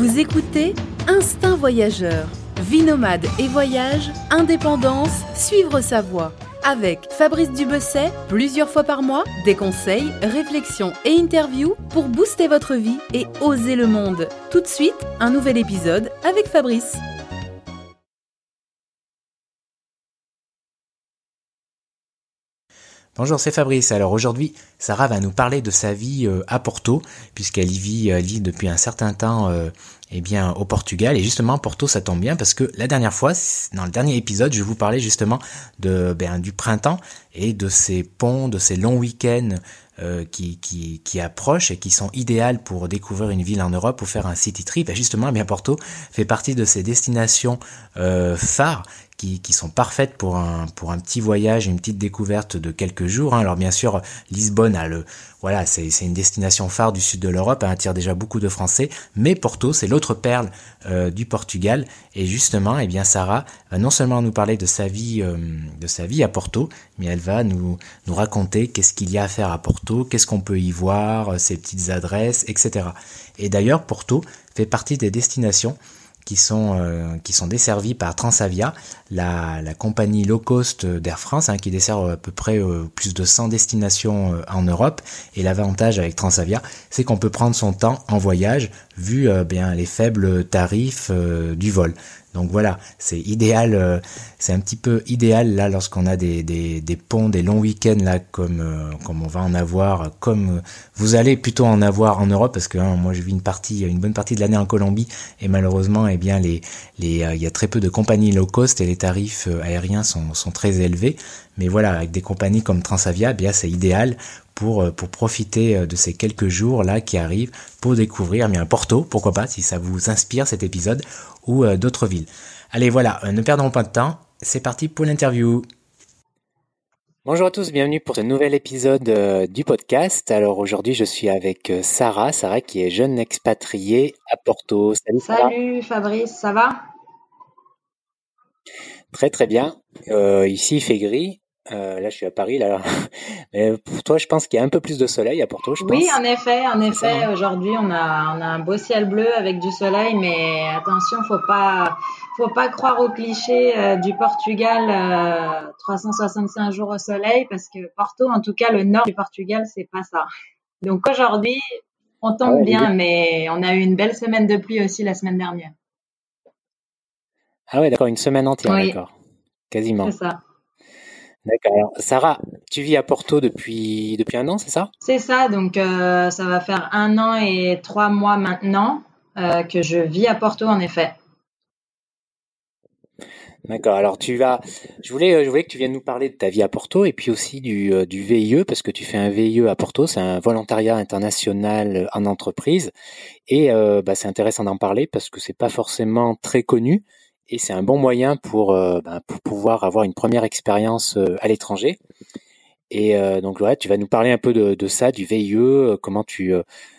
Vous écoutez Instinct Voyageur. Vie nomade et voyage, indépendance, suivre sa voie. Avec Fabrice Dubesset, plusieurs fois par mois, des conseils, réflexions et interviews pour booster votre vie et oser le monde. Tout de suite, un nouvel épisode avec Fabrice. Bonjour, c'est Fabrice. Alors aujourd'hui, Sarah va nous parler de sa vie à Porto, puisqu'elle y vit depuis un certain temps au Portugal. Et justement, Porto, ça tombe bien parce que la dernière fois, dans le dernier épisode, je vous parlais justement du printemps et de ces ponts, de ces longs week-ends qui approchent et qui sont idéales pour découvrir une ville en Europe ou faire un city trip. Et justement, Porto fait partie de ces destinations phares qui sont parfaites pour un petit voyage, une petite découverte de quelques jours. Alors bien sûr, Lisbonne c'est une destination phare du sud de l'Europe, elle attire déjà beaucoup de Français, mais Porto, c'est l'autre perle du Portugal. Et justement, Sarah va non seulement nous parler de sa vie à Porto, mais elle va nous raconter qu'est-ce qu'il y a à faire à Porto, qu'est-ce qu'on peut y voir, ses petites adresses, etc. Et d'ailleurs, Porto fait partie des destinations qui sont desservis par Transavia, la compagnie low cost d'Air France, qui dessert à peu près plus de 100 destinations en Europe. Et l'avantage avec Transavia, c'est qu'on peut prendre son temps en voyage vu les faibles tarifs du vol. Donc voilà, c'est idéal, c'est un petit peu idéal là lorsqu'on a des ponts, des longs week-ends là comme on va en avoir, comme vous allez plutôt en avoir en Europe, parce que moi je vis une bonne partie de l'année en Colombie et malheureusement il y a très peu de compagnies low cost et les tarifs aériens sont très élevés. Mais voilà, avec des compagnies comme Transavia, c'est idéal pour profiter de ces quelques jours là qui arrivent pour découvrir Porto, pourquoi pas, si ça vous inspire cet épisode, ou d'autres villes. Allez voilà, ne perdons pas de temps, c'est parti pour l'interview. Bonjour à tous, bienvenue pour ce nouvel épisode du podcast. Alors aujourd'hui je suis avec Sarah qui est jeune expatriée à Porto. Salut Sarah. Salut Fabrice, ça va? Très très bien, ici il fait gris. Là, je suis à Paris, là. Mais pour toi, je pense qu'il y a un peu plus de soleil à Porto, je pense. Oui, en effet. Ça, hein. Aujourd'hui, on a un beau ciel bleu avec du soleil, mais attention, faut pas croire au cliché du Portugal, 365 jours au soleil, parce que Porto, en tout cas, le nord du Portugal, c'est pas ça. Donc aujourd'hui, on tombe bien, mais on a eu une belle semaine de pluie aussi la semaine dernière. Ah ouais, d'accord, une semaine entière, oui. D'accord. Quasiment. C'est ça. D'accord. Alors, Sarah, tu vis à Porto depuis un an, c'est ça? C'est ça, donc ça va faire 1 an et 3 mois maintenant que je vis à Porto, en effet. D'accord. Alors je voulais que tu viennes nous parler de ta vie à Porto et puis aussi du VIE, parce que tu fais un VIE à Porto, c'est un volontariat international en entreprise. Et c'est intéressant d'en parler parce que c'est pas forcément très connu et c'est un bon moyen pour pouvoir avoir une première expérience à l'étranger. Et donc voilà, tu vas nous parler un peu de ça, du VIE, comment tu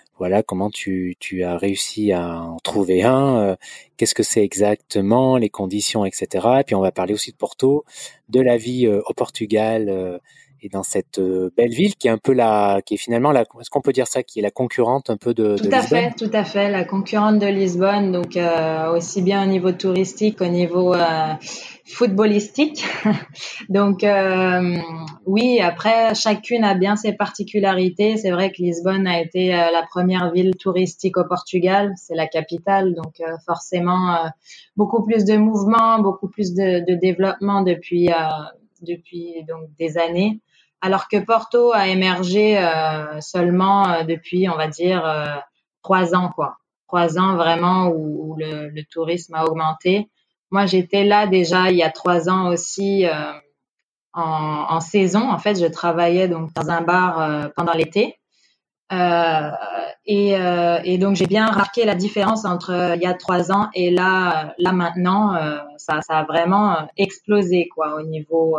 as réussi à en trouver un, qu'est-ce que c'est exactement, les conditions, etc. Et puis on va parler aussi de Porto, de la vie au Portugal et dans cette belle ville qui est un peu qui est finalement est-ce qu'on peut dire ça, qui est la concurrente un peu de Lisbonne? Tout à fait, la concurrente de Lisbonne, donc aussi bien au niveau touristique qu'au niveau footballistique. Donc oui, après chacune a bien ses particularités. C'est vrai que Lisbonne a été la première ville touristique au Portugal, c'est la capitale, donc forcément beaucoup plus de mouvements, beaucoup plus de développement depuis donc des années. Alors que Porto a émergé seulement depuis, on va dire, 3 ans, quoi. 3 ans vraiment où le tourisme a augmenté. Moi, j'étais là déjà il y a 3 ans aussi en saison. En fait, je travaillais donc dans un bar pendant l'été. Et donc, j'ai bien remarqué la différence entre il y a 3 ans et là maintenant. Ça a vraiment explosé, quoi, au niveau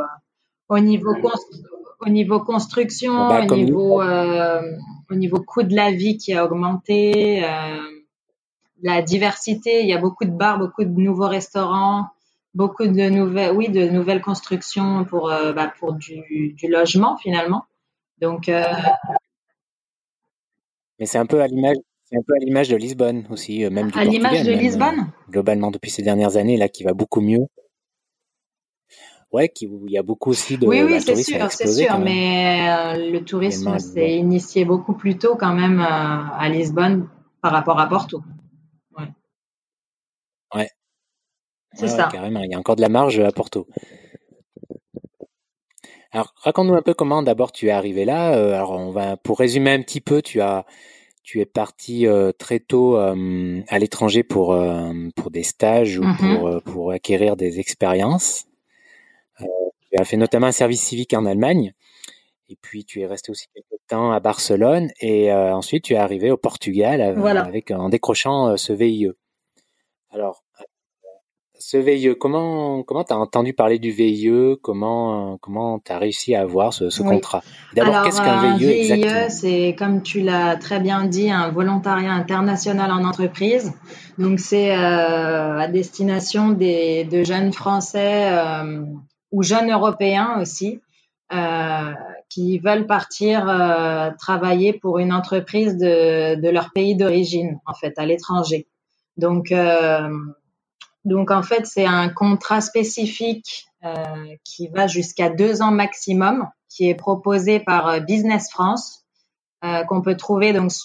construction, au niveau coût de la vie qui a augmenté, la diversité. Il y a beaucoup de bars, beaucoup de nouveaux restaurants, beaucoup de nouvelles constructions pour du logement finalement. Donc Mais c'est un peu à l'image c'est un peu à l'image de Lisbonne aussi, même du À l'image Portugal, de même Lisbonne? globalement depuis ces dernières années là, qui va beaucoup mieux. Ouais, où il y a beaucoup aussi Oui, de, oui, le tourisme a c'est explosé sûr, quand même mais le également tourisme à Lisbonne. s'est initié beaucoup plus tôt quand même à Lisbonne par rapport à Porto. Ouais, Ouais, c'est ouais, ouais, ça. carrément. Il y a encore de la marge à Porto. Alors, raconte-nous un peu comment d'abord tu es arrivé là. Alors, pour résumer un petit peu, tu es parti très tôt à l'étranger pour des stages ou Mhm. pour acquérir des expériences. Tu as fait notamment un service civique en Allemagne. Et puis tu es resté aussi quelques temps à Barcelone et ensuite tu es arrivé au Portugal Voilà. en décrochant ce VIE. Alors, ce VIE, comment t'as entendu parler du VIE? Comment t'as réussi à avoir ce Oui. contrat? Et d'abord, Alors, qu'est-ce qu'un un VIE VIE, exactement? c'est, comme tu l'as très bien dit, un volontariat international en entreprise. Donc, c'est à destination de jeunes Français ou jeunes Européens aussi euh, qui veulent partir travailler pour une entreprise de leur pays d'origine, en fait, à l'étranger. Donc, euh, donc, en fait, c'est un contrat spécifique qui va jusqu'à 2 ans maximum, qui est proposé par Business France, qu'on peut trouver donc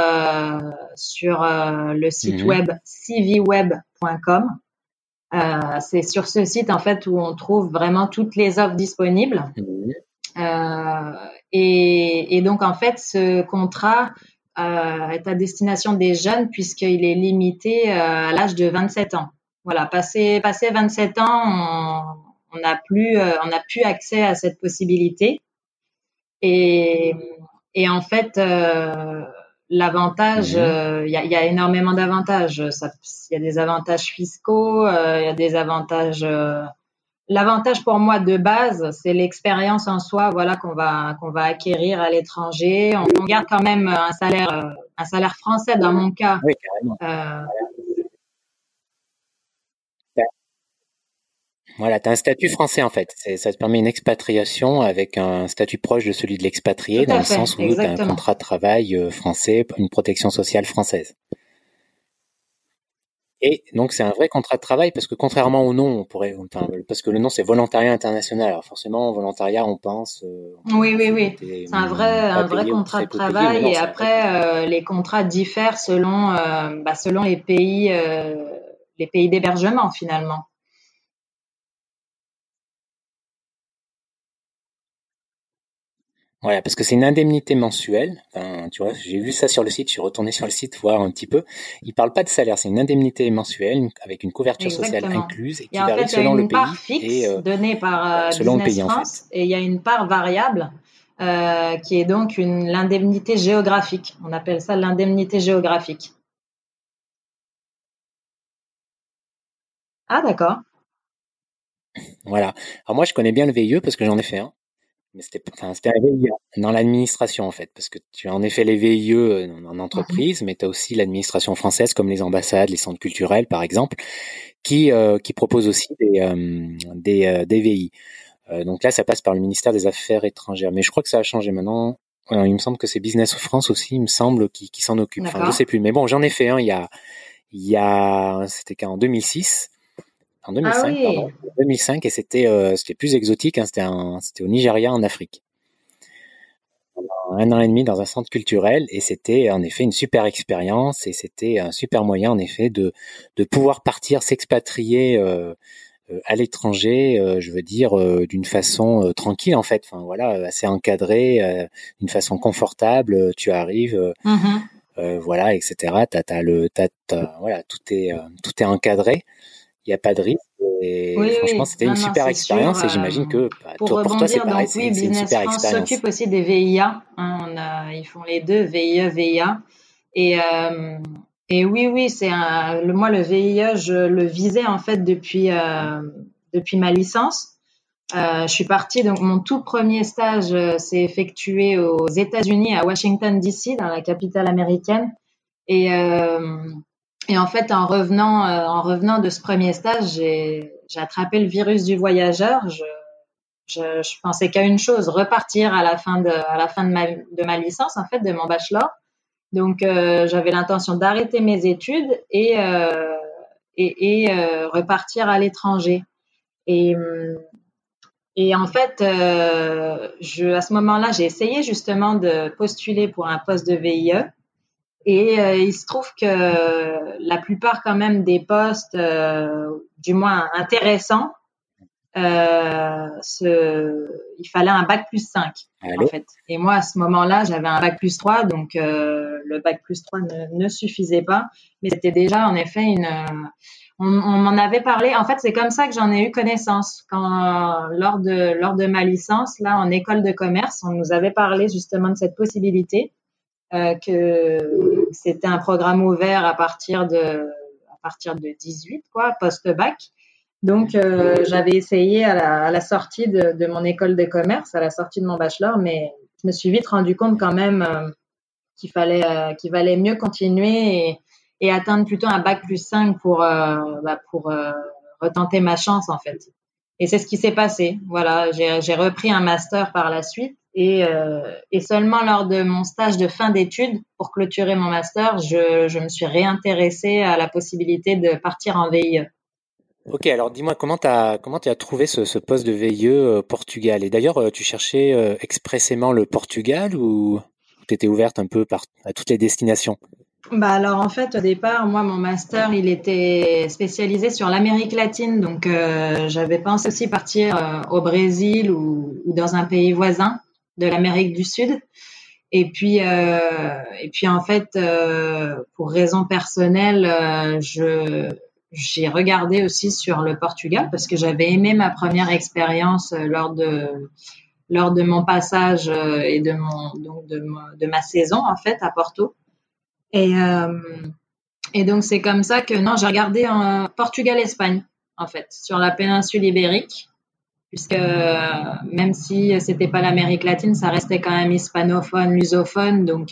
sur le site Mhm. web cvweb.com. C'est sur ce site en fait où on trouve vraiment toutes les offres disponibles. Mhm. Euh, et donc en fait, ce contrat est à destination des jeunes puisqu'il est limité à l'âge de 27 ans. Voilà, passé 27 ans, on n'a plus accès à cette possibilité. Et, et en fait, l'avantage, Mhm. il y a énormément d'avantages. Il y a des avantages fiscaux, il y a des avantages. L'avantage pour moi de base, c'est l'expérience en soi, voilà, qu'on va acquérir à l'étranger. On garde quand même un salaire français dans mon cas. Oui, carrément. Euh, Voilà, tu as un statut français en fait. Ça te permet une expatriation avec un statut proche de celui de l'expatrié Tout dans à le fait, sens où tu as un exactement. contrat de travail français, une protection sociale française. Et donc c'est un vrai contrat de travail parce que contrairement au nom, parce que le nom c'est volontariat international. Alors forcément, volontariat, Oui, on oui, se dit oui. t'es C'est pas un vrai payé ou contrat très de peu payé, mais travail non, et c'est un vrai contrat. après, les contrats diffèrent selon les pays d'hébergement finalement. Voilà, parce que c'est une indemnité mensuelle. Enfin, tu vois, j'ai vu ça sur le site, je suis retourné sur le site voir un petit peu. Il parle pas de salaire, c'est une indemnité mensuelle avec une couverture sociale Exactement. incluse et Et qui en varie fait, il y a selon le une part pays et fixe donnée par selon le Business pays en France fait. et il y a une part variable qui est donc l'indemnité géographique. On appelle ça l'indemnité géographique. Ah, d'accord. Voilà. Alors moi, je connais bien le VIE parce que j'en ai fait un. Mais c'était un VIE dans l'administration en fait, parce que tu as en effet les VIE en Mhm. entreprise, mais tu as aussi l'administration française comme les ambassades, les centres culturels par exemple, qui proposent aussi des VI. Donc là, ça passe par le ministère des Affaires étrangères, mais je crois que ça a changé maintenant. Il me semble que c'est Business France aussi, il me semble, qui s'en occupe. Enfin, je D'accord. sais plus, mais bon, j'en ai fait un c'était qu'en 2006. En Ah 2005, oui. pardon. 2005, et c'était plus exotique, hein, c'était au Nigeria, en Afrique. 1 an et demi dans un centre culturel et c'était en effet une super expérience et c'était un super moyen en effet de pouvoir partir s'expatrier à l'étranger, je veux dire d'une façon tranquille en fait, enfin voilà, assez encadré, d'une façon confortable, tu arrives, Mhm. voilà, etc. Voilà, tout est encadré, il n'y a pas de risque et Oui, franchement oui. c'était une Non, non, super c'est sûr. expérience et j'imagine que Pour toi, pour toi c'est rebondir, pareil, donc oui, c'est une Business super France expérience. s'occupe aussi des VIA. Hein, ils font les deux, VIE, VIA. Et, euh, et oui, oui, moi, le VIE, je le visais en fait depuis ma licence. Je suis partie, donc mon tout premier stage s'est effectué aux États-Unis, à Washington, D.C., dans la capitale américaine. Et, euh, et en fait, en revenant de ce premier stage, j'ai attrapé le virus du voyageur. Je pensais qu'à une chose, repartir à la fin de ma licence, en fait, de mon bachelor. Donc, j'avais l'intention d'arrêter mes études et repartir à l'étranger. Et, et en fait, à ce moment-là, j'ai essayé justement de postuler pour un poste de VIE. Et il se trouve que la plupart quand même des postes, du moins intéressants, il fallait un bac plus 5 en fait. Et moi, à ce moment-là, j'avais un bac plus 3, donc le bac plus 3 ne suffisait pas. Mais c'était déjà en effet on m'en avait parlé. En fait, c'est comme ça que j'en ai eu connaissance. Lors de ma licence, là, en école de commerce, on nous avait parlé justement de cette possibilité. Que c'était un programme ouvert à partir de 18, quoi, post-bac. Donc, j'avais essayé à la sortie de mon école de commerce, à la sortie de mon bachelor, mais je me suis vite rendu compte quand même qu'il valait mieux continuer et atteindre plutôt un bac plus 5 pour retenter ma chance, en fait. Et c'est ce qui s'est passé. Voilà, j'ai repris un master par la suite et seulement lors de mon stage de fin d'études, pour clôturer mon master, je me suis réintéressée à la possibilité de partir en VIE. Ok, alors dis-moi comment tu as trouvé ce poste de VIE au Portugal? Et d'ailleurs, tu cherchais expressément le Portugal ou tu étais ouverte un peu à toutes les destinations? Bah alors en fait au départ moi mon master il était spécialisé sur l'Amérique latine, donc j'avais pensé aussi partir au Brésil ou dans un pays voisin de l'Amérique du Sud. Et puis en fait pour raison personnelle j'ai regardé aussi sur le Portugal parce que j'avais aimé ma première expérience lors de mon passage et de ma saison en fait à Porto. Et donc, c'est comme ça que, non, j'ai regardé en Portugal-Espagne, en fait, sur la péninsule ibérique, puisque même si c'était pas l'Amérique latine, ça restait quand même hispanophone, lusophone. Donc,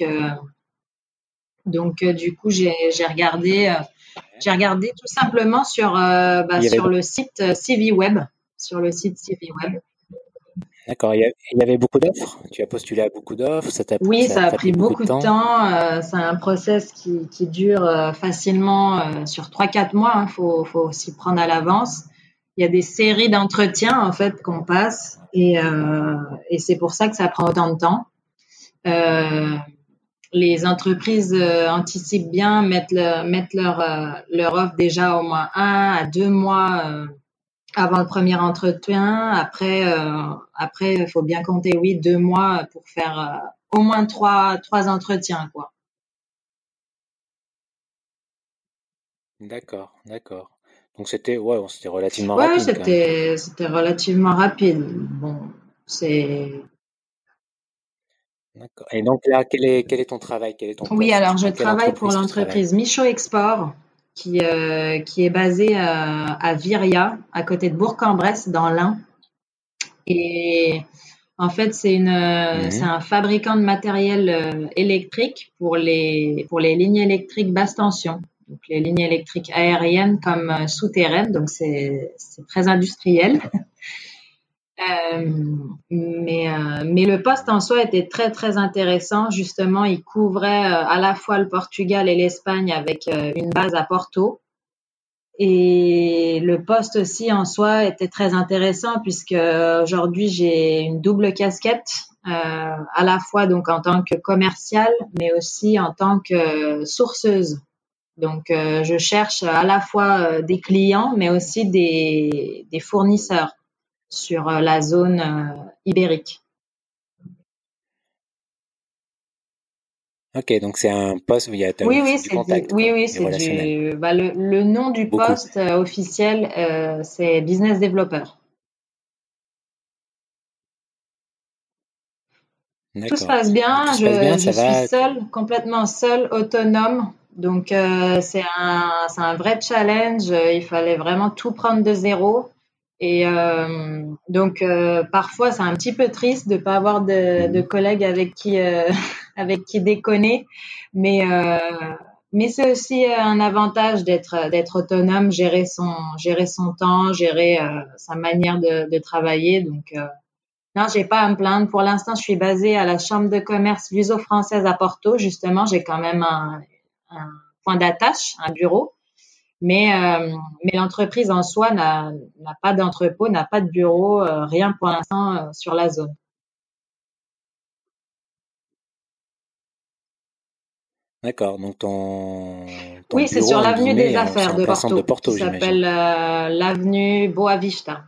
du coup, j'ai regardé tout simplement sur le site CiviWeb, sur le site CiviWeb. D'accord, il y avait beaucoup d'offres? Tu as postulé à beaucoup d'offres? Oui, ça a pris beaucoup de temps. C'est un process qui dure facilement sur 3-4 mois. Hein. Faut s'y prendre à l'avance. Il y a des séries d'entretiens en fait qu'on passe et c'est pour ça que ça prend autant de temps. Les entreprises anticipent bien, mettent leur offre déjà au moins 1 à 2 mois avant le premier entretien. Après, il faut bien compter, 2 mois pour faire au moins trois entretiens, quoi. D'accord. Donc c'était relativement rapide. Oui, c'était relativement rapide. Bon, c'est. D'accord. Et donc là, quel est ton travail? Quel est ton poste? Oui, alors je travaille pour l'entreprise Michaud Export, qui est basée à Viria, à côté de Bourg-en-Bresse, dans l'Ain. Et en fait, c'est un fabricant de matériel électrique pour les lignes électriques basse tension. Donc les lignes électriques aériennes comme souterraines. Donc c'est très industriel. Mais le poste en soi était très très intéressant. Justement, il couvrait à la fois le Portugal et l'Espagne avec une base à Porto. Et le poste aussi en soi était très intéressant puisque aujourd'hui j'ai une double casquette, à la fois donc en tant que commerciale, mais aussi en tant que sourceuse. Donc je cherche à la fois des clients, mais aussi des fournisseurs sur la zone ibérique. Ok, donc c'est un poste où il y a du contact. Le nom du poste officiel, c'est business developer. D'accord. Tout se passe bien. Je suis seule, complètement seule, autonome. Donc c'est un vrai challenge. Il fallait vraiment tout prendre de zéro. Et donc parfois c'est un petit peu triste de pas avoir de collègues avec qui déconner, mais c'est aussi un avantage d'être autonome, gérer son temps, gérer sa manière de travailler. Donc Non, j'ai pas à me plaindre. Pour l'instant, je suis basée à la Chambre de commerce luso-française à Porto. Justement, j'ai quand même un point d'attache, un bureau. Mais l'entreprise en soi n'a pas d'entrepôt, n'a pas de bureau, rien pour l'instant sur la zone. D'accord, donc ton Oui, c'est bureau, sur entre l'avenue guillemets, des c'est Affaires en de plein centre de Porto, qui Porto, j'imagine. s'appelle l'avenue Boavista.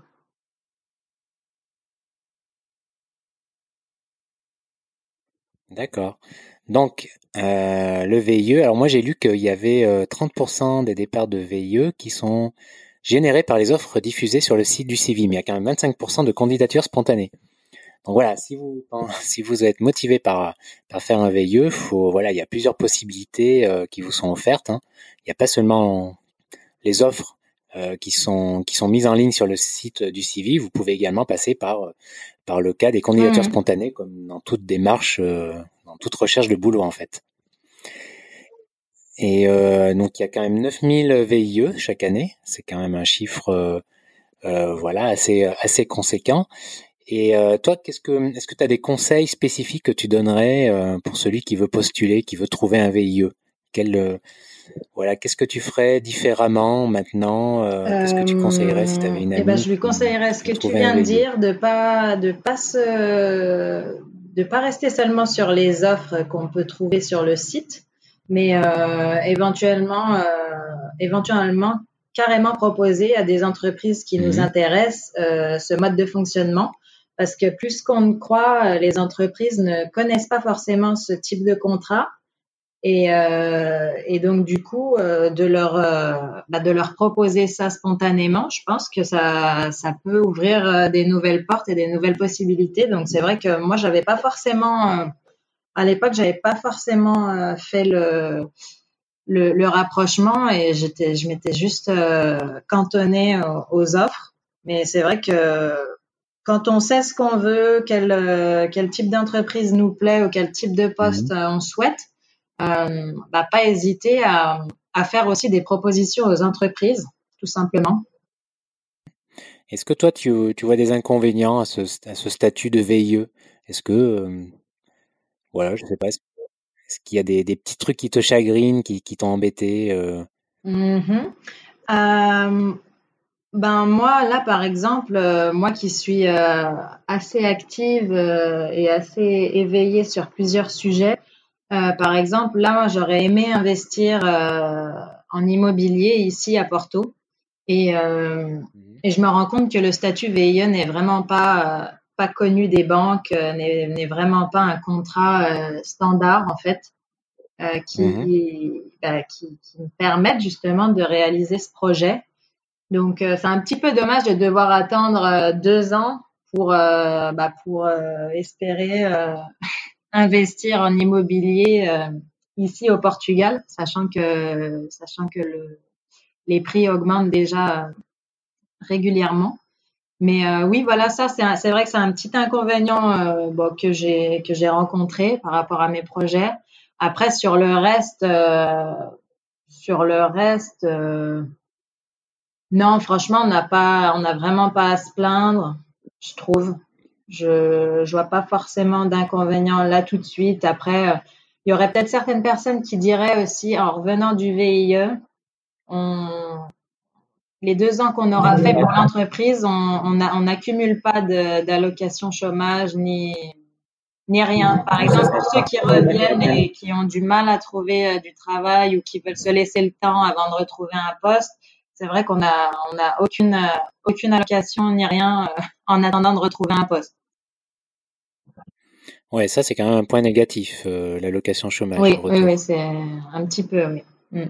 D'accord. Donc, le VIE, alors moi j'ai lu qu'il y avait 30% des départs de VIE qui sont générés par les offres diffusées sur le site du CIVI, mais il y a quand même 25% de candidatures spontanées. Donc voilà, si vous êtes motivé par faire un VIE, voilà, il y a plusieurs possibilités qui vous sont offertes, hein. Il n'y a pas seulement les offres qui sont mises en ligne sur le site du CIVI, vous pouvez également passer par le cas des candidatures Mhm. spontanées, comme dans toute démarche, dans toute recherche de boulot en fait. Et donc il y a quand même 9000 VIE chaque année, c'est quand même un chiffre voilà assez conséquent. Et toi, est-ce que tu as des conseils spécifiques que tu donnerais pour celui qui veut postuler, qui veut trouver un VIE? Voilà, qu'est-ce que tu ferais différemment maintenant? Qu'est-ce que tu conseillerais si tu avais une Eh ben, amie je lui conseillerais ce qui que veut tu trouver un viens de VIE? dire, de pas rester seulement sur les offres qu'on peut trouver sur le site, mais éventuellement carrément proposer à des entreprises qui nous Mhm. intéressent ce mode de fonctionnement, parce que plus qu'on ne croit, les entreprises ne connaissent pas forcément ce type de contrat. Et donc du coup, de leur proposer ça spontanément, je pense que ça peut ouvrir des nouvelles portes et des nouvelles possibilités. Donc c'est vrai que moi j'avais pas forcément à l'époque j'avais pas forcément fait le rapprochement et je m'étais juste cantonnée aux offres. Mais c'est vrai que quand on sait ce qu'on veut, quel type d'entreprise nous plaît ou quel type de poste Mhm. on souhaite, pas hésiter à faire aussi des propositions aux entreprises, tout simplement. Est-ce que toi, tu vois des inconvénients à ce statut de VIE? Est-ce que, voilà, je sais pas, est-ce qu'il y a des petits trucs qui te chagrinent, qui t'ont embêté? Mhm. Euh, Ben moi là par exemple, moi qui suis assez active et assez éveillée sur plusieurs sujets, par exemple là moi, j'aurais aimé investir en immobilier ici à Porto et euh, Mhm. et je me rends compte que le statut VIE n'est vraiment pas connu des banques, n'est vraiment pas un contrat standard en fait Mhm. qui me permettent justement de réaliser ce projet. Donc, c'est un petit peu dommage de devoir attendre 2 ans pour espérer investir en immobilier ici au Portugal, sachant que les prix augmentent déjà régulièrement. Mais oui, voilà, ça c'est vrai que c'est un petit inconvénient que j'ai rencontré par rapport à mes projets. Après, sur le reste. Non, franchement, on n'a vraiment pas à se plaindre, je trouve. Je vois pas forcément d'inconvénients là tout de suite. Après, il y aurait peut-être certaines personnes qui diraient aussi, en revenant du VIE, on, les 2 ans qu'on aura fait pour l'entreprise, on n'accumule pas d'allocation chômage ni rien. Par exemple, pour ceux qui reviennent et qui ont du mal à trouver du travail ou qui veulent se laisser le temps avant de retrouver un poste, c'est vrai on a aucune allocation ni rien en attendant de retrouver un poste. Ouais, ça c'est quand même un point négatif, l'allocation chômage, le Oui, retour. c'est un petit peu, oui. Mm.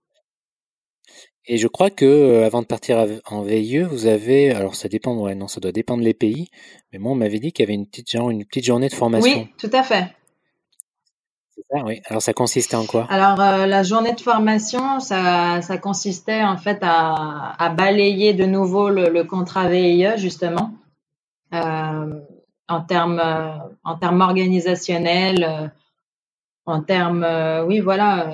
Et je crois que avant de partir en VIE, vous avez, alors ça dépend, ouais, non, ça doit dépendre les pays, mais moi on m'avait dit qu'il y avait une petite journée de formation. Oui, tout à fait. C'est ça, oui. Alors ça consistait en quoi? Alors, la journée de formation, ça consistait en fait à balayer de nouveau le contrat VIE, justement, euh, en termes organisationnels, en termes, oui, voilà,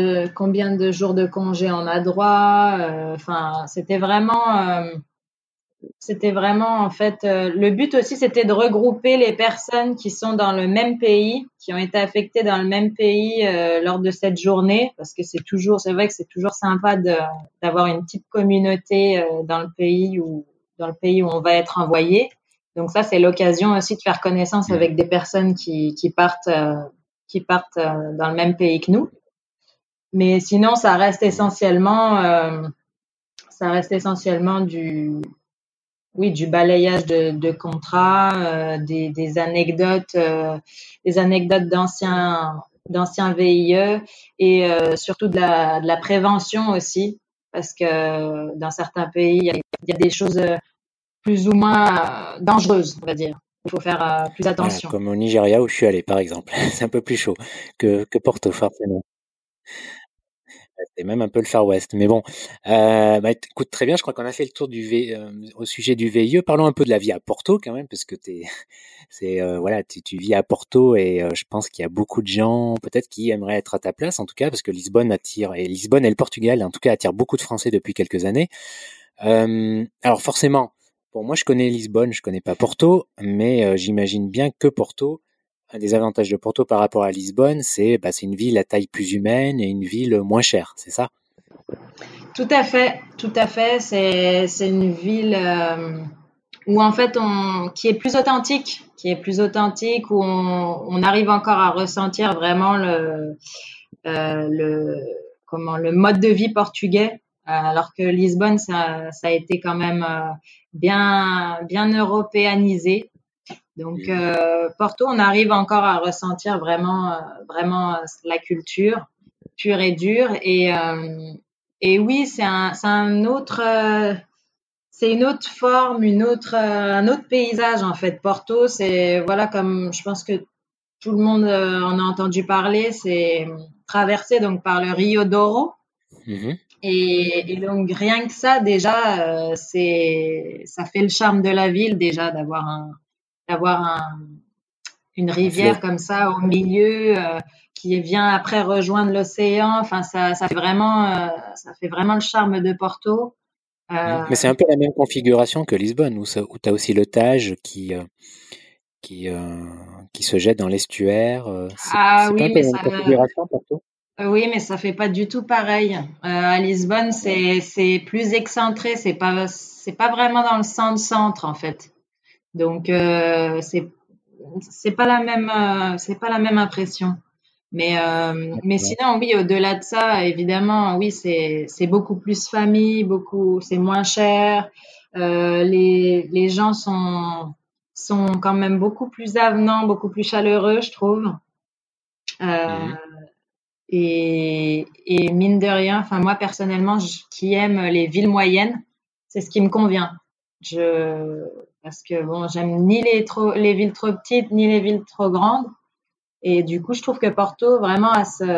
combien de jours de congé on a droit. Enfin, c'était vraiment c'était vraiment en fait le but aussi, c'était de regrouper les personnes qui sont dans le même pays, qui ont été affectées dans le même pays lors de cette journée, parce que c'est vrai que c'est toujours sympa d'avoir une petite communauté dans le pays où on va être envoyé. Donc ça, c'est l'occasion aussi de faire connaissance avec des personnes qui partent dans le même pays que nous. Mais sinon, ça reste essentiellement du balayage de contrats, des anecdotes d'anciens VIE et surtout de la prévention aussi, parce que dans certains pays, il y a des choses plus ou moins dangereuses, on va dire. Il faut faire plus Voilà, attention. comme au Nigeria où je suis allé, par exemple. C'est un peu plus chaud que Porto, forcément. C'est même un peu le Far West. Mais bon, écoute, très bien. Je crois qu'on a fait le tour au sujet du VIE. Parlons un peu de la vie à Porto quand même, parce que voilà, tu vis à Porto et je pense qu'il y a beaucoup de gens peut-être qui aimeraient être à ta place, en tout cas, parce que Lisbonne et le Portugal, en tout cas, attirent beaucoup de Français depuis quelques années. Alors forcément, bon, moi je connais Lisbonne, je connais pas Porto, mais j'imagine bien que Porto, un des avantages de Porto par rapport à Lisbonne, c'est une ville à taille plus humaine et une ville moins chère, c'est ça? Tout à fait, tout à fait. C'est une ville où en fait qui est plus authentique, où on arrive encore à ressentir vraiment le mode de vie portugais, alors que Lisbonne ça a été quand même bien européanisé. Donc Porto, on arrive encore à ressentir vraiment la culture pure et dure et oui, c'est une autre forme, un autre paysage en fait. Porto, c'est voilà comme je pense que tout le monde en a entendu parler, c'est traversé donc par le Rio Douro Mhm. et donc rien que ça déjà, ça fait le charme de la ville déjà d'avoir une Un fleuve. rivière comme ça au milieu qui vient après rejoindre l'océan. Enfin, ça fait vraiment le charme de Porto. Mhm. Euh, Mais c'est un peu la même configuration que Lisbonne, où tu as aussi le Tage qui, euh, qui se jette dans l'estuaire. ah C'est pas un oui, peu la même configuration, Porto? oui, mais ça fait pas du tout pareil. À Lisbonne, c'est plus excentré. C'est pas vraiment dans le centre en fait. Donc c'est pas la même impression. Mais sinon, oui, au-delà de ça, évidemment, oui, c'est beaucoup plus famille, c'est moins cher. Les gens sont quand même beaucoup plus avenants, beaucoup plus chaleureux, je trouve. Euh, Mhm. et mine de rien, enfin moi personnellement, qui aime les villes moyennes, c'est ce qui me convient. Parce que bon, j'aime ni les villes trop petites, ni les villes trop grandes. Et du coup, je trouve que Porto vraiment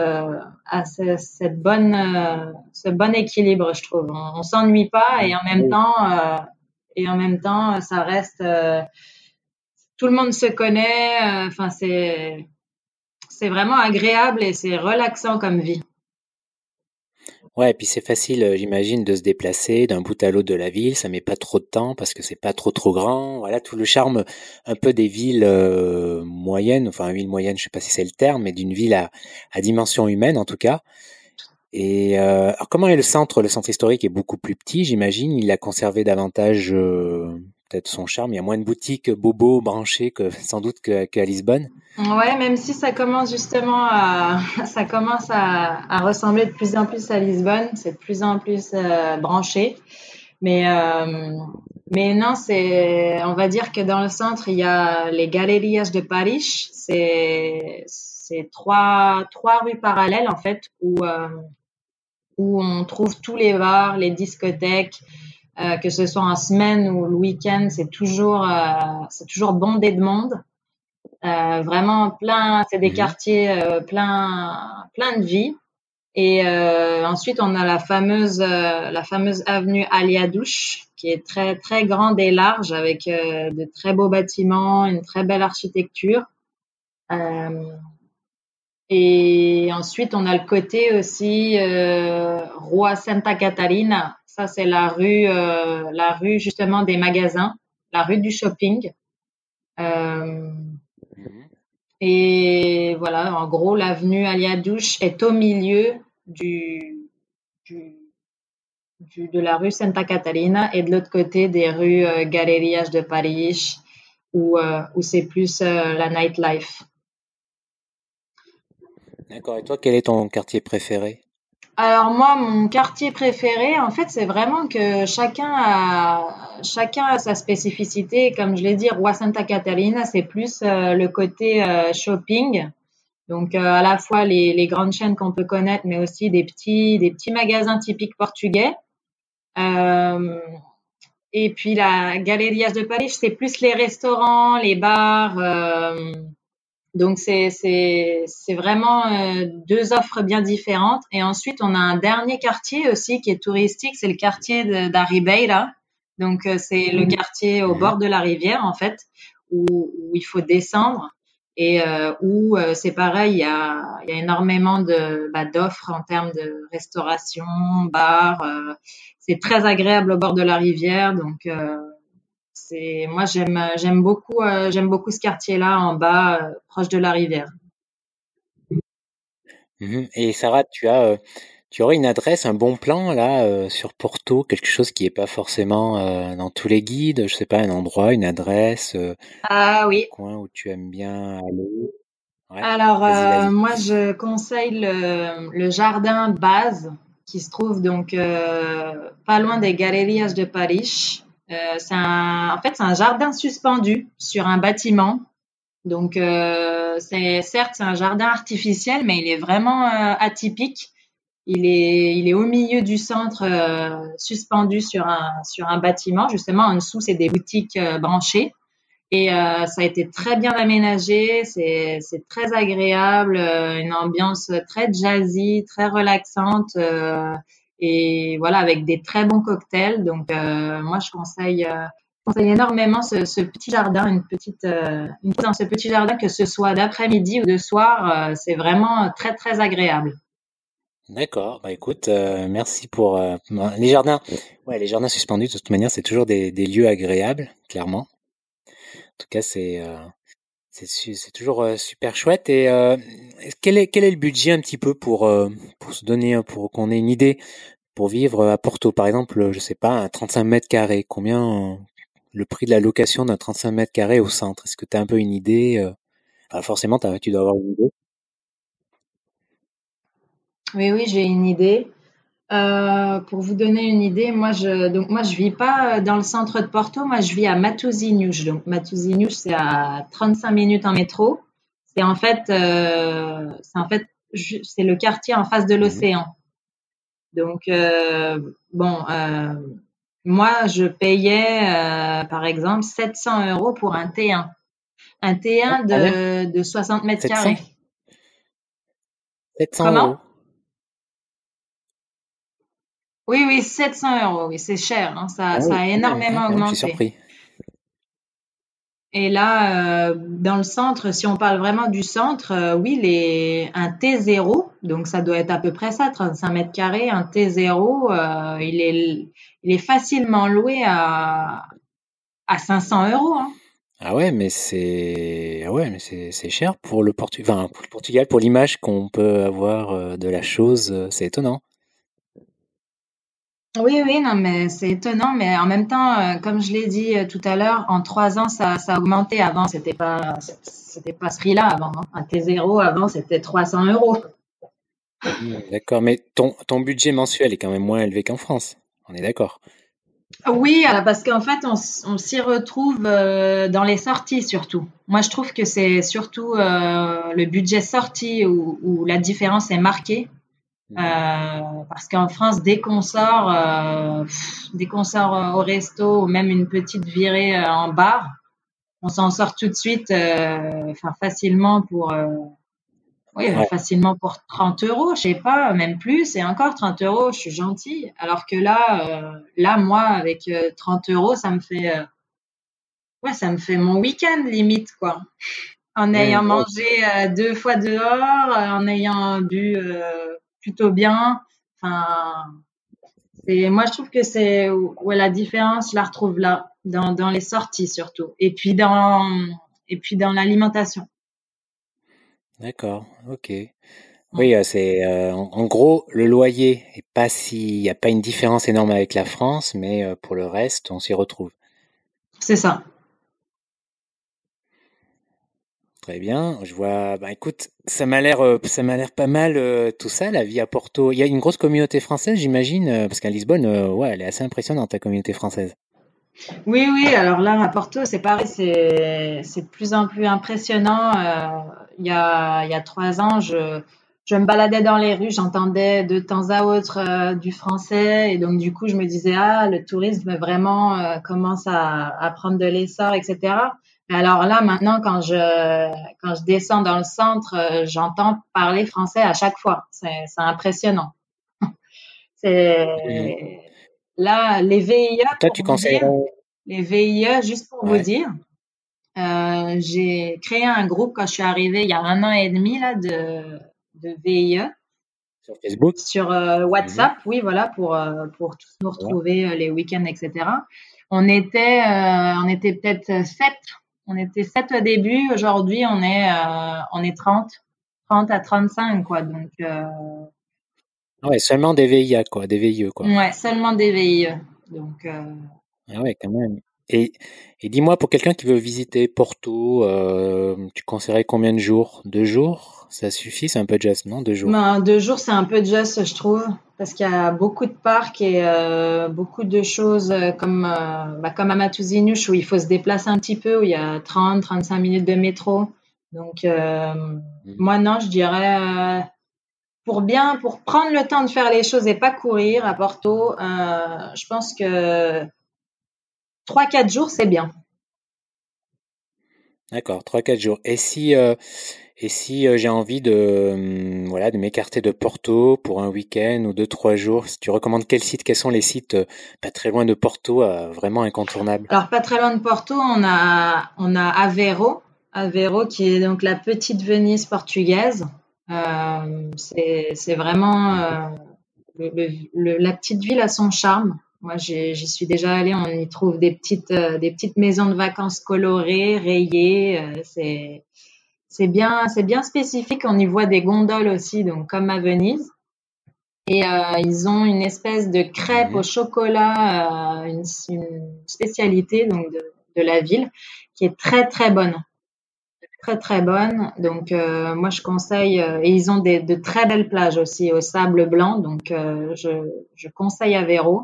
ce bon équilibre, je trouve. On s'ennuie pas Oui. et en même temps, ça reste, tout le monde se connaît. Enfin, c'est vraiment agréable et c'est relaxant comme vie. Ouais, et puis c'est facile, j'imagine, de se déplacer d'un bout à l'autre de la ville. Ça met pas trop de temps parce que c'est pas trop grand. Voilà, tout le charme un peu des villes moyennes. Enfin, ville moyenne, je sais pas si c'est le terme, mais d'une ville à dimension humaine en tout cas. Et alors comment est le centre? Le centre historique est beaucoup plus petit, j'imagine. Il a conservé davantage peut-être son charme. Il y a moins de boutiques bobo branchées que sans doute qu'à Lisbonne. Ouais, même si ça commence justement ça commence à ressembler de plus en plus à Lisbonne, c'est de plus en plus branché. Mais, euh, mais non, on va dire que dans le centre, il y a les Galerías de Paris. C'est trois rues parallèles, en fait, où on trouve tous les bars, les discothèques, que ce soit en semaine ou le week-end, c'est toujours bondé de monde. Vraiment plein, c'est des Mhm. quartiers plein de vie. Et ensuite, on a la fameuse avenue Aliadouche, qui est très très grande et large, avec de très beaux bâtiments, une très belle architecture. Euh, Et ensuite, on a le côté aussi Rua Santa Catarina. Ça, c'est la rue justement des magasins, la rue du shopping. Euh, Mhm. et voilà, en gros, l'avenue Aliadouche est au milieu du, de la rue Santa Catarina et de l'autre côté des rues Galerías de Paris où c'est plus la nightlife. D'accord. Et toi, quel est ton quartier préféré? Alors moi, mon quartier préféré, en fait, c'est vraiment que chacun a sa spécificité. Comme je l'ai dit, Rua Santa Catarina, c'est plus le côté shopping. Donc à la fois les grandes chaînes qu'on peut connaître, mais aussi des petits magasins typiques portugais. Euh, et puis la Galerías de Paris, c'est plus les restaurants, les bars. Donc c'est vraiment deux offres bien différentes. Et ensuite on a un dernier quartier aussi qui est touristique, c'est le quartier da Ribeira. Donc c'est le quartier au Mhm. bord de la rivière en fait où il faut descendre et où c'est pareil, il y a énormément d'offres en termes de restauration, bars. C'est très agréable au bord de la rivière, donc moi j'aime beaucoup ce quartier-là en bas proche de la rivière. Mhm. Et Sarah, tu aurais une adresse, un bon plan là sur Porto, quelque chose qui est pas forcément dans tous les guides, je sais pas, un endroit, une adresse, Ah un oui. coin où tu aimes bien aller. Ouais, Alors vas-y, vas-y. moi je conseille le jardin Base qui se trouve donc pas loin des Galerías de Paris. En fait c'est un jardin suspendu sur un bâtiment. Donc c'est un jardin artificiel, mais il est vraiment atypique. Il est au milieu du centre, suspendu sur un bâtiment. Justement, en dessous, c'est des boutiques branchées. Et ça a été très bien aménagé. C'est très agréable, une ambiance très jazzy, très relaxante. Et voilà, avec des très bons cocktails. Donc, moi, conseille énormément ce petit jardin, une fois dans ce petit jardin, que ce soit d'après-midi ou de soir, c'est vraiment très, très agréable. D'accord. Bah écoute, merci pour les jardins. Ouais, les jardins suspendus, de toute manière, c'est toujours des lieux agréables, clairement. En tout cas, c'est toujours super chouette. Et quel est le budget un petit peu pour se donner, pour qu'on ait une idée pour vivre à Porto, par exemple, je sais pas, un 35 mètres carrés, combien le prix de la location d'un 35 mètres carrés au centre? Est-ce que tu as un peu une idée? Enfin, forcément, tu dois avoir une idée. Oui, oui, j'ai une idée. Pour vous donner une idée, moi je vis pas dans le centre de Porto, moi je vis à Matosinhos. Donc Matosinhos, c'est à 35 minutes en métro. C'est en fait c'est le quartier en face de Mhm. l'océan. Donc bon, moi je payais par exemple 700 € pour un T1 Combien? de 60 mètres 700? carrés. 700 Comment? euros. Oui, oui, 700 €. Oui, c'est cher, hein, Ah ça oui, a ah, énormément quand même, je suis augmenté. surpris. Et là, dans le centre, si on parle vraiment du centre, oui, un T0, donc ça doit être à peu près ça, 35 mètres carrés, un T0, il est facilement loué à 500 €, hein. Ah ouais, mais c'est cher pour enfin, pour le Portugal, pour l'image qu'on peut avoir de la chose, c'est étonnant. Oui, oui, non, mais c'est étonnant, mais en même temps, comme je l'ai dit tout à l'heure, en 3 ans, ça a augmenté. Avant, c'était pas ce prix-là avant, hein. Un T0 avant, c'était 300 €. D'accord, mais ton budget mensuel est quand même moins élevé qu'en France. On est d'accord. Oui, parce qu'en fait, on s'y retrouve dans les sorties surtout. Moi, je trouve que c'est surtout le budget sortie où la différence est marquée. Mhm. Parce qu'en France, dès qu'on sort au resto ou même une petite virée en bar, on s'en sort tout de suite, enfin facilement Ouais. facilement pour 30 €, je sais pas, même plus, et encore 30 €, je suis gentille. Alors que là, moi, avec 30 €, ça me fait mon week-end limite, quoi. en ayant Ouais. mangé 2 fois dehors, en ayant bu plutôt bien. Enfin, moi, je trouve que c'est où la différence, je la retrouve là, dans les sorties surtout, et puis dans l'alimentation. D'accord, ok. Mm. Oui, c'est en gros le loyer est pas si, il n'y a pas une différence énorme avec la France, mais pour le reste, on s'y retrouve. C'est ça. Très bien. Je vois. Bah écoute, ça m'a l'air pas mal tout ça, la vie à Porto. Il y a une grosse communauté française, j'imagine, parce qu'à Lisbonne, ouais, elle est assez impressionnante, ta communauté française. Oui, oui. Alors là, à Porto, c'est pareil, c'est de plus en plus impressionnant. Il y a 3 ans, je me baladais dans les rues, j'entendais de temps à autre du français, et donc du coup, je me disais ah, le tourisme vraiment commence à prendre de l'essor, etc. Mais alors là, maintenant, quand je descends dans le centre, j'entends parler français à chaque fois. C'est impressionnant. Mhm. C'est là les VIE Toi, pour tu vous dire. conseillerais. Les VIE, juste pour vous Ouais. dire, j'ai créé un groupe quand je suis arrivée il y a 1 an et demi là de VIE Sur Facebook? sur Mhm. WhatsApp, oui, voilà, pour tous nous Ouais. retrouver les week-ends, etc. On était peut-être 7. On était 7 au début. Aujourd'hui, on est 30 à 35, quoi. Donc, Ah ouais, seulement des VIA, quoi, des VIE, quoi. ouais, seulement des VIE. Donc, Ah ouais, quand même. Et, et dis-moi, pour quelqu'un qui veut visiter Porto, tu conseillerais combien de jours? 2 jours? Ça suffit, c'est un peu juste, non? 2 jours. ben, 2 jours, c'est un peu juste, je trouve, parce qu'il y a beaucoup de parcs et beaucoup de choses comme à Matosinhos où il faut se déplacer un petit peu, où il y a 30-35 minutes de métro. Donc, Mhm. moi, non, je dirais, pour prendre le temps de faire les choses et pas courir à Porto, je pense que 3-4 jours, c'est bien. D'accord, 3, 4 jours. Et si j'ai envie de, voilà, de m'écarter de Porto pour un week-end ou 2, 3 jours, si tu recommandes quel site? Quels sont les sites pas très loin de Porto, vraiment incontournables? Alors, pas très loin de Porto, on a Aveiro. Aveiro, qui est donc la petite Venise portugaise. C'est vraiment Mhm. la petite ville a son charme. Moi, j'y suis déjà allée. On y trouve des petites maisons de vacances colorées, rayées. C'est bien spécifique. On y voit des gondoles aussi, donc comme à Venise. Et ils ont une espèce de crêpe au Mhm. chocolat, une spécialité donc de la ville, qui est très très bonne, très très bonne. Donc moi je conseille, et ils ont de très belles plages aussi au sable blanc, donc je conseille Aveiro.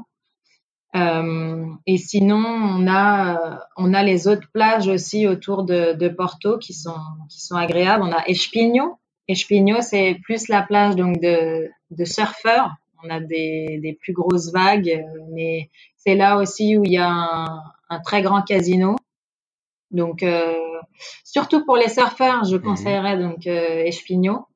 Et sinon on a les autres plages aussi autour de Porto qui sont agréables. On a Espinho. Espinho, c'est plus la plage donc de surfeurs. On a des plus grosses vagues, mais c'est là aussi où il y a un très grand casino. Donc surtout pour les surfeurs, je Mhm. conseillerais donc Espinho.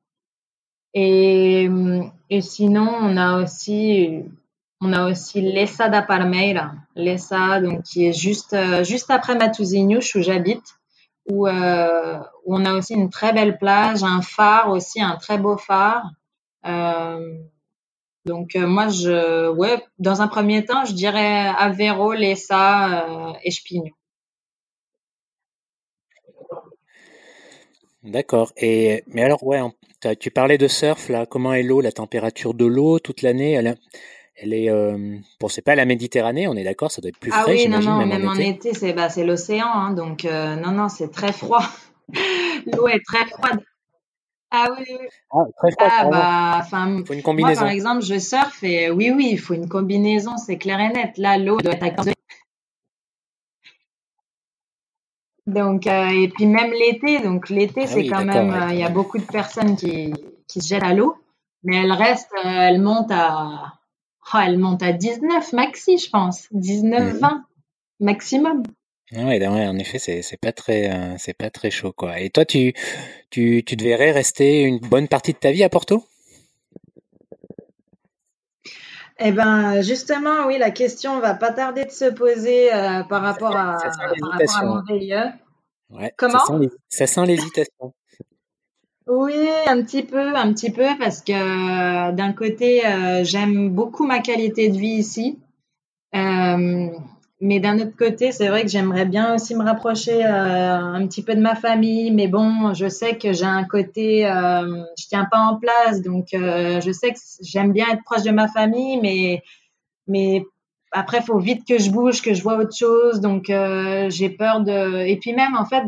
Et sinon, on a aussi Lessa da Palmeira. Lessa, donc, qui est juste après Matosinhos, où j'habite, où on a aussi une très belle plage, un phare aussi, un très beau phare. Euh, donc, moi, ouais, dans un premier temps, je dirais Aveiro, Lessa, Espinho. D'accord. Et mais alors ouais, tu parlais de surf là. Comment est l'eau, la température de l'eau toute l'année? Elle est bon, c'est pas la Méditerranée, on est d'accord. Ça doit être plus Ah frais, oui, non, j'imagine, non, même en même en été. été, c'est l'océan, hein, donc non, non, c'est très froid. L'eau est très froide. Ah oui, oui. Ah, très froid Ah carrément. bah, enfin, Faut une moi par combinaison. exemple, je surfe et oui, oui, il faut une combinaison, c'est clair et net. Là, l'eau doit être à 15 degrés. Donc, et puis même l'été, donc l'été, Ah c'est oui, quand d'accord, même, ouais, il quand y a même. beaucoup de personnes qui se jettent à l'eau, mais elle monte à 19 maxi, je pense, 19, Mhm. 20 maximum. Ah ouais, ouais, en effet, c'est pas très chaud quoi. Et toi, tu te verrais rester une bonne partie de ta vie à Porto? Eh ben, justement, oui, la question va pas tarder de se poser par rapport C'est ça à l'hésitation. mon VIE. Ouais, Comment? ça sent l'hésitation. Oui, un petit peu, parce que d'un côté, j'aime beaucoup ma qualité de vie ici. Euh, mais d'un autre côté, c'est vrai que j'aimerais bien aussi me rapprocher un petit peu de ma famille. Mais bon, je sais que j'ai un côté, je tiens pas en place, donc je sais que j'aime bien être proche de ma famille, mais après, faut vite que je bouge, que je vois autre chose. Donc j'ai peur de, et puis même en fait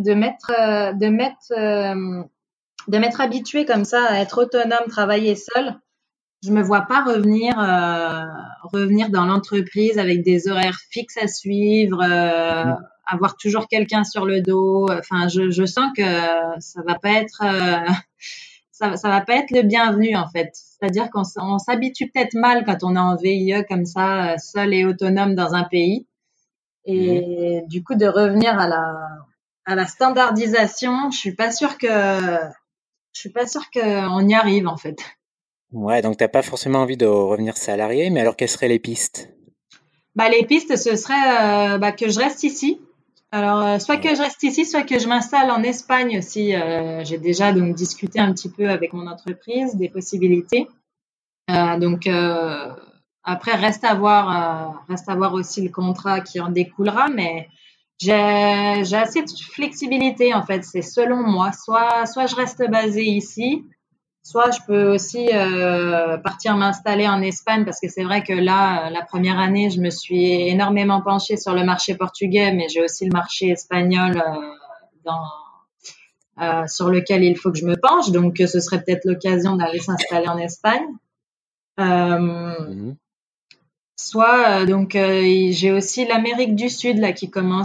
de m'être habituée comme ça à être autonome, travailler seule. Je me vois pas revenir dans l'entreprise avec des horaires fixes à suivre, Mhm. avoir toujours quelqu'un sur le dos. Enfin, je sens que ça va pas être ça va pas être le bienvenu en fait. C'est-à-dire on s'habitue peut-être mal quand on est en VIE comme ça, seul et autonome dans un pays. Mhm. Et du coup, de revenir à la standardisation, je suis pas sûre qu'on y arrive en fait. Ouais, donc t'as pas forcément envie de revenir salarié, mais alors quelles seraient les pistes? Bah, les pistes, ce serait que je reste ici. Alors, soit que je Ouais. reste ici, soit que je m'installe en Espagne aussi. J'ai déjà donc discuté un petit peu avec mon entreprise des possibilités. Donc après, reste à voir aussi le contrat qui en découlera, mais j'ai assez de flexibilité en fait. C'est selon moi. Soit je reste basée ici, soit je peux aussi partir m'installer en Espagne parce que c'est vrai que là, la première année, je me suis énormément penchée sur le marché portugais, mais j'ai aussi le marché espagnol sur lequel il faut que je me penche. Donc, ce serait peut-être l'occasion d'aller s'installer en Espagne. Euh, Mhm. Soit j'ai aussi l'Amérique du Sud là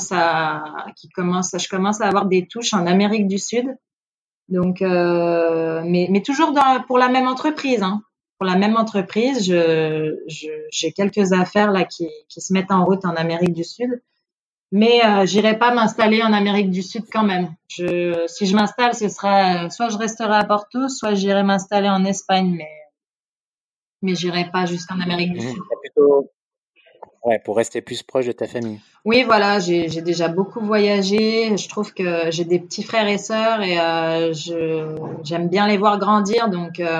je commence à avoir des touches en Amérique du Sud. Donc, mais toujours pour la même entreprise, hein. Pour la même entreprise, j'ai quelques affaires là qui se mettent en route en Amérique du Sud. Mais j'irai pas m'installer en Amérique du Sud quand même. Si je m'installe, ce sera soit je resterai à Porto, soit j'irai m'installer en Espagne, mais j'irai pas juste en Amérique du Mhm. Sud. T'as plutôt, ouais, pour rester plus proche de ta famille. Oui, voilà, j'ai déjà beaucoup voyagé. Je trouve que j'ai des petits frères et sœurs et j'aime bien les voir grandir,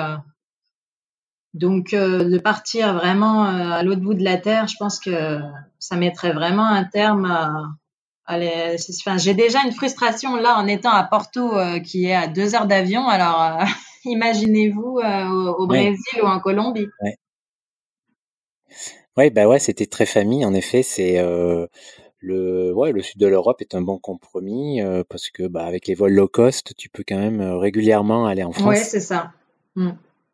donc, de partir vraiment à l'autre bout de la terre, je pense que ça mettrait vraiment un terme enfin, j'ai déjà une frustration là en étant à Porto qui est à 2 heures d'avion. Alors, imaginez-vous au Oui, Brésil ou en Colombie. ouais. Ouais, bah ouais, c'était très famille. En effet, c'est le sud de l'Europe est un bon compromis parce que bah avec les vols low cost, tu peux quand même régulièrement aller en Ouais, France. c'est ça. Mm.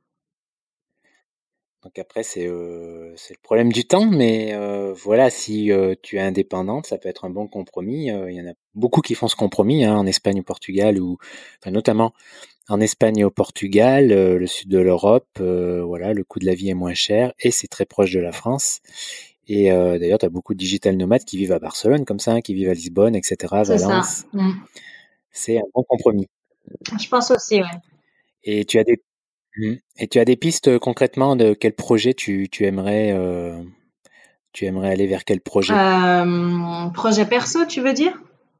Donc après, c'est le problème du temps, mais voilà, si tu es indépendante, ça peut être un bon compromis. Il y en a beaucoup qui font ce compromis hein, en Espagne, au Portugal, ou enfin, notamment en Espagne et au Portugal, le sud de l'Europe. Voilà, le coût de la vie est moins cher et c'est très proche de la France. Et d'ailleurs, tu as beaucoup de digital nomades qui vivent à Barcelone, comme ça, hein, qui vivent à Lisbonne, etc., C'est ça. Valence. Mm. C'est un bon compromis. Je pense aussi, ouais. Et tu as des pistes concrètement de quel projet tu aimerais aller vers quel projet? Projet perso, tu veux dire?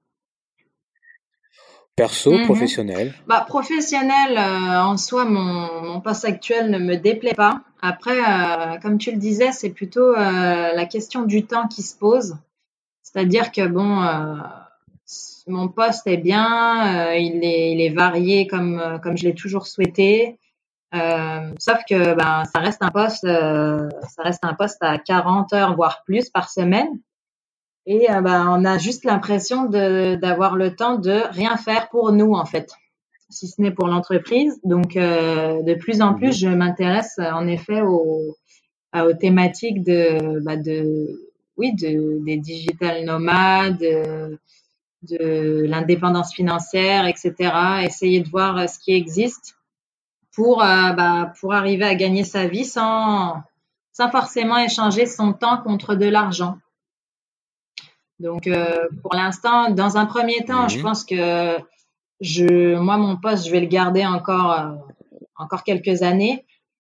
Perso, Mhm. professionnel? Bah, professionnel, en soi, mon poste actuel ne me déplaît pas. Après, comme tu le disais, c'est plutôt la question du temps qui se pose. C'est-à-dire que bon, mon poste est bien, il est varié comme je l'ai toujours souhaité. Sauf que ben, ça reste un poste à 40 heures voire plus par semaine. Et ben, on a juste l'impression d'avoir le temps de rien faire pour nous en fait, si ce n'est pour l'entreprise. Donc, de plus en plus, Mhm. je m'intéresse en effet aux thématiques des digital nomades, de l'indépendance financière, etc. Essayer de voir ce qui existe pour arriver à gagner sa vie sans forcément échanger son temps contre de l'argent. Donc, pour l'instant, dans un premier temps, je Mhm. pense que moi, mon poste, je vais le garder encore quelques années.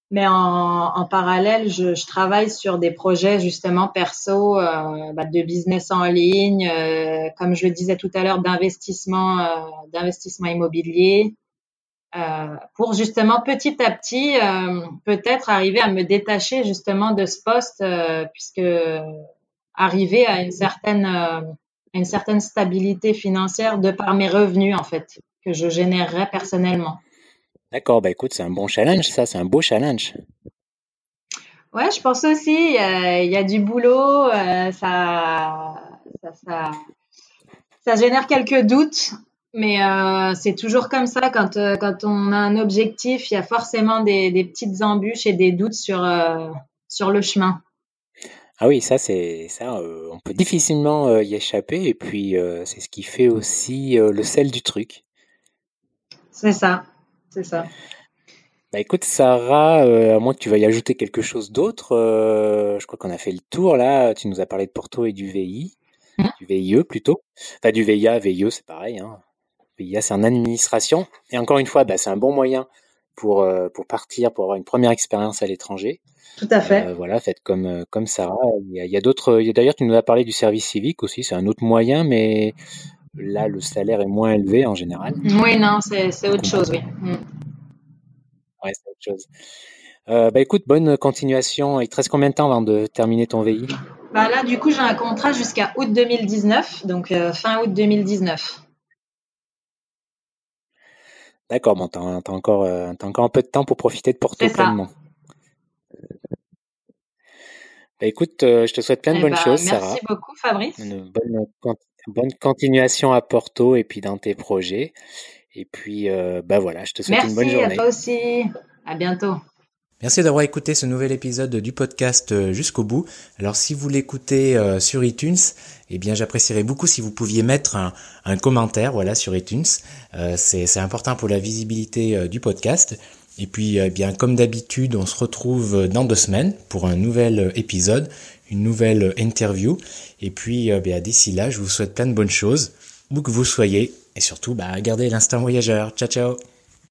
Mais en parallèle, je travaille sur des projets justement perso, de business en ligne, comme je le disais tout à l'heure, d'investissement immobilier, pour justement petit à petit peut-être arriver à me détacher justement de ce poste, puisque arriver à une certaine stabilité financière de par mes revenus en fait que je générerais personnellement. D'accord, bah écoute, c'est un bon challenge, ça, c'est un beau challenge. Ouais, je pense aussi, il y a du boulot, ça, ça, ça génère quelques doutes, mais c'est toujours comme ça quand on a un objectif, il y a forcément des petites embûches et des doutes sur le chemin. Ah oui, on peut difficilement y échapper, et puis c'est ce qui fait aussi le sel du truc. C'est ça, c'est ça. Bah écoute, Sarah, à moins que tu veuilles ajouter quelque chose d'autre, je crois qu'on a fait le tour là. Tu nous as parlé de Porto et du VI, du VIE plutôt. Enfin, du VIA, VIE, c'est pareil, hein. VIA, c'est en administration. Et encore une fois, bah, c'est un bon moyen pour partir, pour avoir une première expérience à l'étranger. Tout à fait. Voilà, faites comme Sarah. Il y a d'autres. D'ailleurs, tu nous as parlé du service civique aussi. C'est un autre moyen, mais là, le salaire est moins élevé en général. Oui, non, c'est autre chose, oui. Ouais, c'est autre chose. Bah écoute, bonne continuation. Il te reste combien de temps avant de terminer ton VI? Bah là, du coup, j'ai un contrat jusqu'à août 2019, donc fin août 2019. D'accord, bon, t'as encore un peu de temps pour profiter de Porto C'est ça. pleinement. Bah écoute, je te souhaite plein de bonnes choses, Sarah. Merci beaucoup, Fabrice. Une bonne continuation à Porto et puis dans tes projets. Et puis, bah voilà, je te souhaite une bonne journée. Merci à toi aussi. À bientôt. Merci d'avoir écouté ce nouvel épisode du podcast jusqu'au bout. Alors si vous l'écoutez sur iTunes, eh bien j'apprécierais beaucoup si vous pouviez mettre un commentaire, voilà, sur iTunes. C'est important pour la visibilité du podcast. Et puis bien comme d'habitude, on se retrouve dans 2 semaines pour un nouvel épisode, une nouvelle interview. Et puis d'ici là, je vous souhaite plein de bonnes choses, où que vous soyez, et surtout gardez l'instinct voyageur. Ciao ciao.